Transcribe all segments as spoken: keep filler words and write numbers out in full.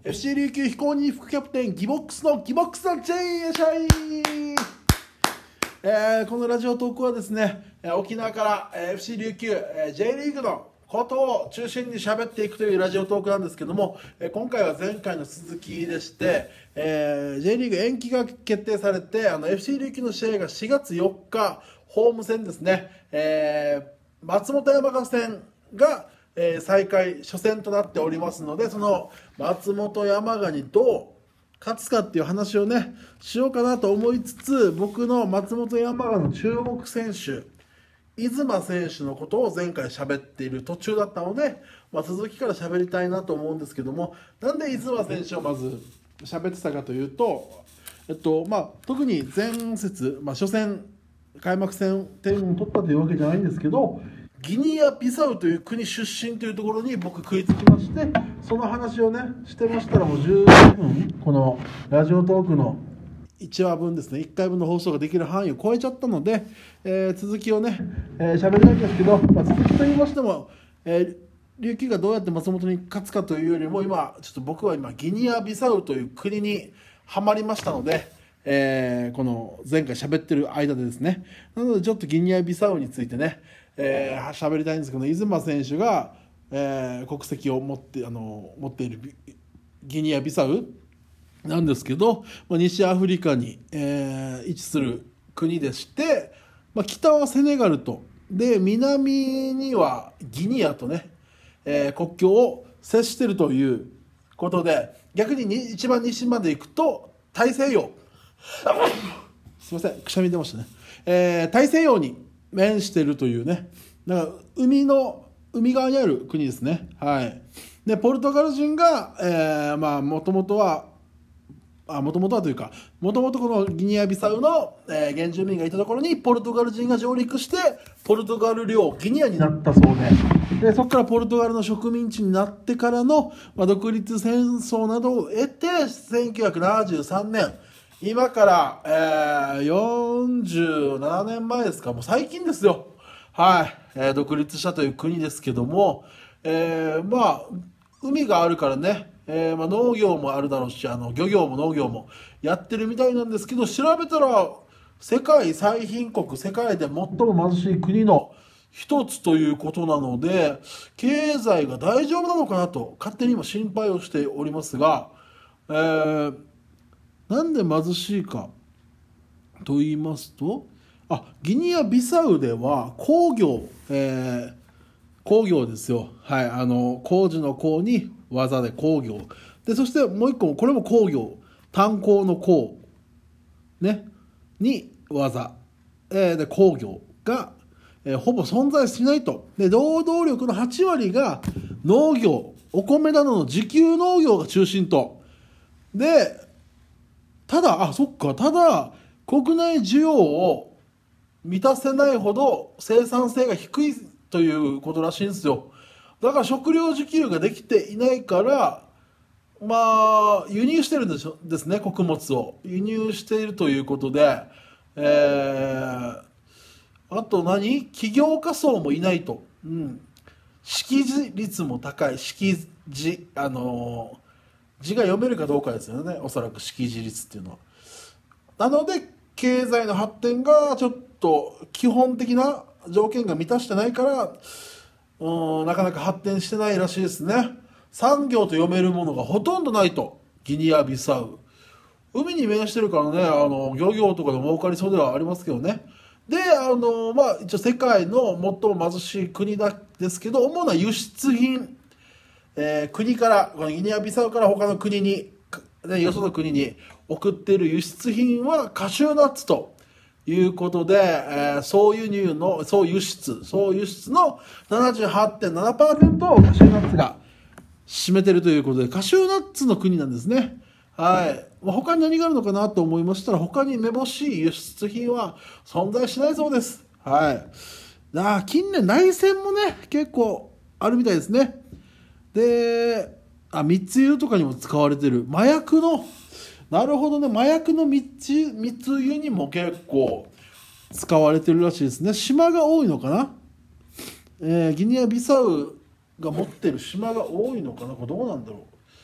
エフシー 琉球非公認副キャプテンギボックスのギボックスの J よっしゃい、えー、このラジオトークはですね、沖縄から エフシー 琉球 J リーグのことを中心に喋っていくというラジオトークなんですけども、今回は前回の続きでして、えー、J リーグ延期が決定されて、あの エフシー 琉球の試合がしがつよっかホーム戦ですね、えー、松本山雅戦がえー、再開初戦となっておりますので、その松本山雅にどう勝つかっていう話をねしようかなと思いつつ、僕の松本山雅の注目選手出馬選手のことを前回喋っている途中だったので、まあ、続きから喋りたいなと思うんですけども、なんで出馬選手をまず喋ってたかというと、えっとまあ、特に前節、まあ、初戦開幕戦点を取ったというわけじゃないんですけど、ギニアビサウという国出身というところに僕食いつきまして、その話をねしてましたら、もうじゅうふんこのラジオトークのいちわぶんですね、いっかいぶんの放送ができる範囲を超えちゃったので、えー、続きをね喋、えー、れないんですけど、まあ、続きと言いましても、えー、琉球がどうやって松本に勝つかというよりも、今ちょっと僕は今ギニアビサウという国にはまりましたので、えー、この前回喋ってる間でですね、なのでちょっとギニアビサウについてねえー、喋りたいんですけど、出馬選手が、えー、国籍を持ってあの持っているギニアビサウなんですけど、まあ、西アフリカに、えー、位置する国でして、まあ、北はセネガルとで南にはギニアとね、えー、国境を接しているということで、逆にに一番西まで行くと大西洋すいませんくしゃみ出ましたね、えー、大西洋に面しているというね、だから海の海側にある国ですね。はい。でポルトガル人が、えー、まあもともとはあもともとはというかもともとこのギニアビサウの、えー、原住民がいたところにポルトガル人が上陸してポルトガル領ギニアになったそうで、でそこからポルトガルの植民地になってからの、まあ、独立戦争などを得てせんきゅうひゃくななじゅうさんねん、今から、えー、よんじゅうななねんまえですか、もう最近ですよ。はい、えー、独立したという国ですけども、えー、まあ海があるからね、えーまあ、農業もあるだろうし、あの漁業も農業もやってるみたいなんですけど、調べたら世界最貧国、世界で最も貧しい国の一つということなので、経済が大丈夫なのかなと勝手に今心配をしておりますが、えーなんで貧しいかと言いますと、あギニアビサウでは工業、えー、工業ですよ。はい、あの工事の工に技で工業で、そしてもう一個これも工業、炭鉱の鉱ねに技、えー、で工業が、えー、ほぼ存在しないと。で労働力のはちわりが農業、お米などの自給農業が中心と。でただあそっかただ国内需要を満たせないほど生産性が低いということらしいんですよ。だから食料自給ができていないから、まあ輸入してるんでしょですね、穀物を輸入しているということで、えー、あと何起業家層もいないと、うん、識字率も高い、識字あのー字が読めるかどうかですよね、おそらく識字率っていうのは。なので経済の発展がちょっと基本的な条件が満たしてないから、うん、なかなか発展してないらしいですね。産業と読めるものがほとんどないと、ギニアビサウ。海に面してるからね、あの漁業とかで儲かりそうではありますけどね。であのまあ一応世界の最も貧しい国だですけど、主な輸出品、えー、国からこのギニアビサウから他の国に、ね、よその国に送っている輸出品はカシューナッツということで、えー、総輸入の総輸出総輸出の ななじゅうはちてんななパーセント をカシューナッツが占めているということで、カシューナッツの国なんですね。はい、まあ、他に何があるのかなと思いましたら、他にめぼしい輸出品は存在しないそうです。はい、あ近年内戦もね結構あるみたいですね。であ密輸とかにも使われてる麻薬の、なるほどね、麻薬の密密輸にも結構使われてるらしいですね。島が多いのかな、えー、ギニアビサウが持ってる島が多いのかな、これどうなんだろ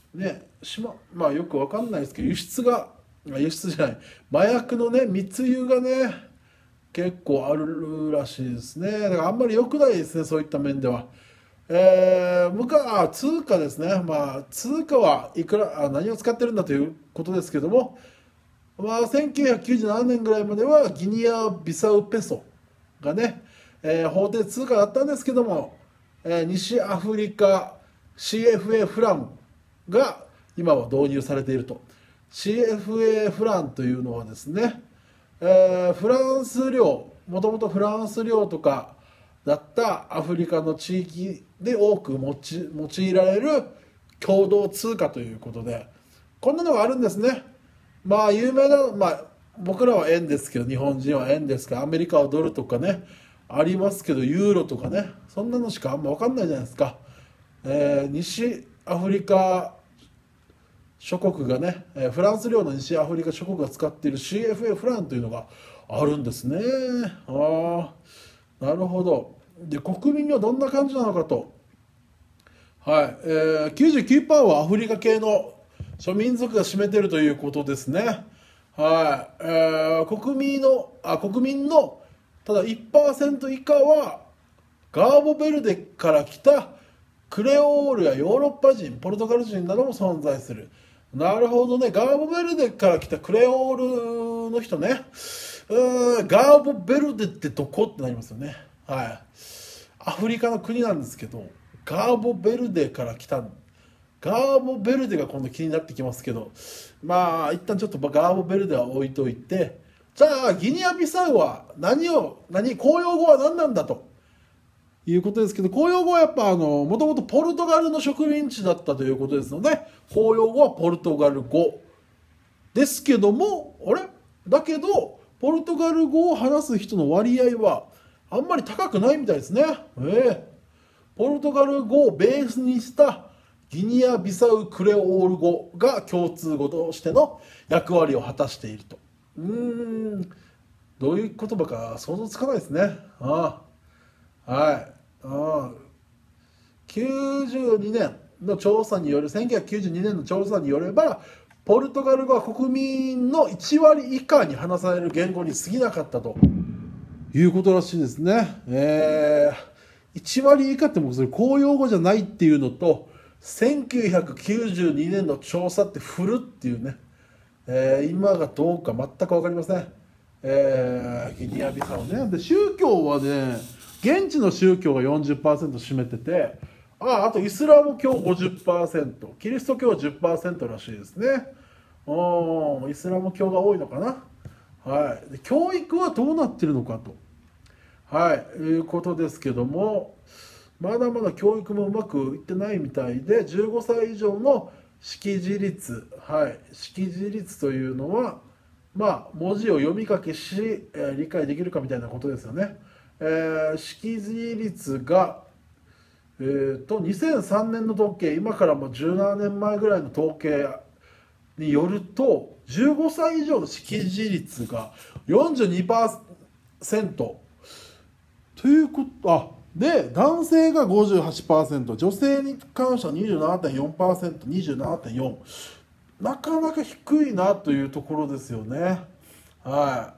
ねしままあよくわかんないですけど、輸出が輸出じゃない麻薬のね密輸がね結構あるらしいですね。だからあんまり良くないですね、そういった面では。えー、昔あ通貨ですね。まあ通貨はいくらあ何を使ってるんだということですけども、まあ、せんきゅうひゃくきゅうじゅうななねんぐらいまではギニアビサウペソがね、えー法定通貨だったんですけども、えー西アフリカ シーエフエー フランが今は導入されていると。 シーエフエー フランというのはですね、えーフランス領、もともとフランス領とかだったアフリカの地域で多く用い用いられる共同通貨ということで、こんなのがあるんですね。まあ有名な、まあ、僕らは円ですけど、日本人は円ですけど、アメリカはドルとかねありますけど、ユーロとかね、そんなのしかあんま分かんないじゃないですか。えー西アフリカ諸国がね、えーフランス領の西アフリカ諸国が使っている シーエフエー フランというのがあるんですね。ああ、なるほど。で国民にはどんな感じなのかと。はい、えー、きゅうじゅうきゅうパーセント はアフリカ系の諸民族が占めているということですね。はい、えー、国民のあ国民のただ いちパーセント 以下はガーボベルデから来たクレオールやヨーロッパ人、ポルトガル人なども存在する。なるほどね。ガーボベルデから来たクレオールの人ね。うーん、ガーボベルデってどこってなりますよね。はい。アフリカの国なんですけど、ガーボベルデから来た。ガーボベルデが今度気になってきますけど、まあ一旦ちょっとガーボベルデは置いといて、じゃあギニアビサウは何を何公用語は何なんだということですけど、公用語はやっぱあのもともとポルトガルの植民地だったということですので、公用語はポルトガル語ですけども、あれだけどポルトガル語を話す人の割合はあんまり高くないみたいですね。ええポルトガル語をベースにしたギニアビサウクレオール語が共通語としての役割を果たしていると。うーん、どういう言葉か想像つかないですね。ああ、はい。ああ、きゅうじゅうにねんの調査によるせんきゅうひゃくきゅうじゅうにねんの調査によれば、ポルトガル語は国民のいち割以下に話される言語に過ぎなかったということらしいですね。えーいち割以下ってもうそれ公用語じゃないっていうのと、せんきゅうひゃくきゅうじゅうにねんの調査って古っていうね、えー今がどうか全く分かりません。えーギニアビサウね。で宗教はね、現地の宗教が よんじゅっパーセント 占めてて、ああとイスラム教 ごじゅっパーセント、 キリスト教は じゅっパーセント らしいですね。おイスラム教が多いのかな。はい、で教育はどうなってるのかと、はい、いうことですけども、まだまだ教育もうまくいってないみたいで、じゅうごさい以上の識字率、はい、識字率というのは、まあ、文字を読み書きし、えー理解できるかみたいなことですよね。えー識字率が、えー、とにせんさんねんの統計、今からもうじゅうななねんまえぐらいの統計によると、じゅうごさい以上の識字率が よんじゅうにパーセントということ、あで男性が ごじゅうはちパーセント、 女性に関しては にじゅうななてんよんパーセント、にじゅうななてんよん、なかなか低いなというところですよね。はい、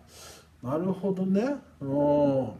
なるほどね。うん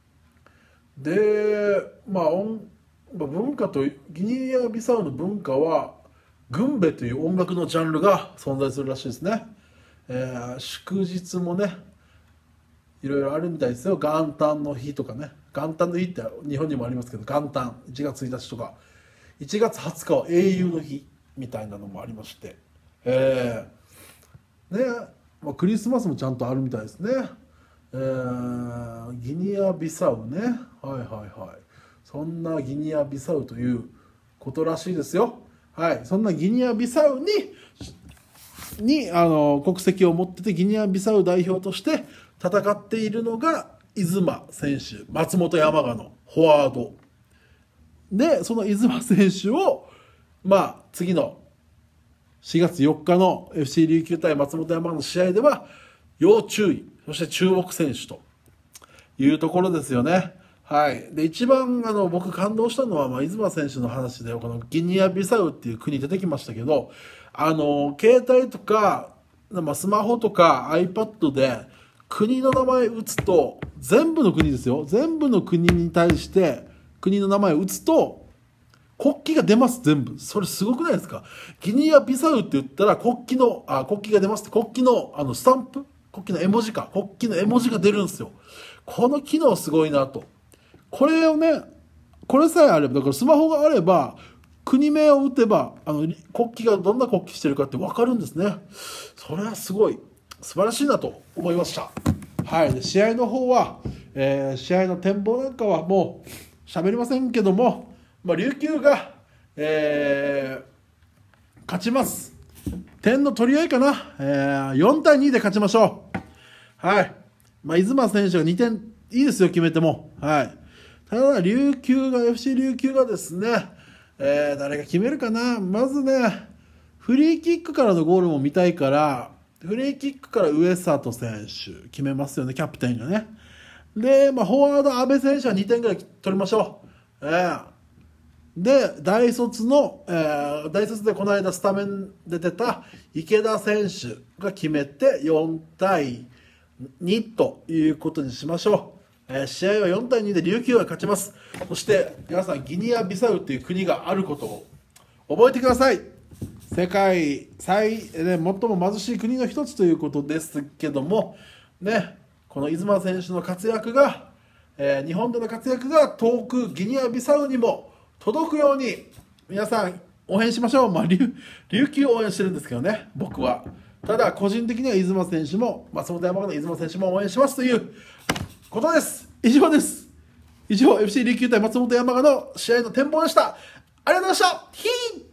でまあ音文化とギニアビサウの文化はグンベという音楽のジャンルが存在するらしいですね。えー祝日もねいろいろあるみたいですよ。元旦の日とかね、元旦の日って日本にもありますけど、元旦いちがつついたちとかいちがつはつかは英雄の日みたいなのもありまして、えーねまあ、クリスマスもちゃんとあるみたいですね。えーギニアビサウね、はいはいはい、そんなギニアビサウということらしいですよ。はい、そんなギニアビサウににあの国籍を持ってて、ギニアビサウ代表として戦っているのがイズマ選手、松本山雅のフォワードで、そのイズマ選手を、まあ、次のしがつよっかの エフシー 琉球対松本山雅の試合では要注意、そして注目選手というところですよね。 はい、で一番あの僕感動したのは、まあ、出馬選手の話でこのギニアビサウっていう国出てきましたけど、あの携帯とか、まあ、スマホとか iPad で国の名前打つと、全部の国ですよ、全部の国に対して国の名前を打つと国旗が出ます。全部。それすごくないですか？ギニアビサウって言ったら国旗のあ国旗が出ますって、国旗のあのスタンプ、国旗の絵文字か、国旗の絵文字が出るんですよ。この機能すごいなと。これをね、これさえあれば、だからスマホがあれば国名を打てばあの国旗がどんな国旗してるかって分かるんですね。それはすごい素晴らしいなと思いました。はい。で試合の方は、えー、試合の展望なんかはもう喋りませんけども、まあ、琉球が、えー、勝ちます。点の取り合いかな、えー、よんたいにで勝ちましょう。はい。まあ、出馬選手がにてんいいですよ、決めても。はい。ただ琉球が エフシー 琉球がですね、えー、誰が決めるかな。まずね、フリーキックからのゴールも見たいから、フリーキックから上里選手決めますよね、キャプテンがね。で、まあ、フォワード阿部選手はにてんぐらい取りましょう。えーで大卒の、えー、大卒でこの間スタメンで出た池田選手が決めてよんたいにということにしましょう。えー、試合はよんたいにで琉球が勝ちます。そして皆さん、ギニアビサウという国があることを覚えてください。世界最、ね、最も貧しい国の一つということですけどもね、この出馬選手の活躍が、えー、日本での活躍が遠くギニアビサウにも届くように皆さん応援しましょう。まあ、琉, 琉球を応援してるんですけどね、僕は。ただ個人的には出馬選手も松本山雅の出馬選手も応援しますということです。以上です。以上 エフシー 琉球対松本山雅の試合の展望でした。ありがとうございました。ヒー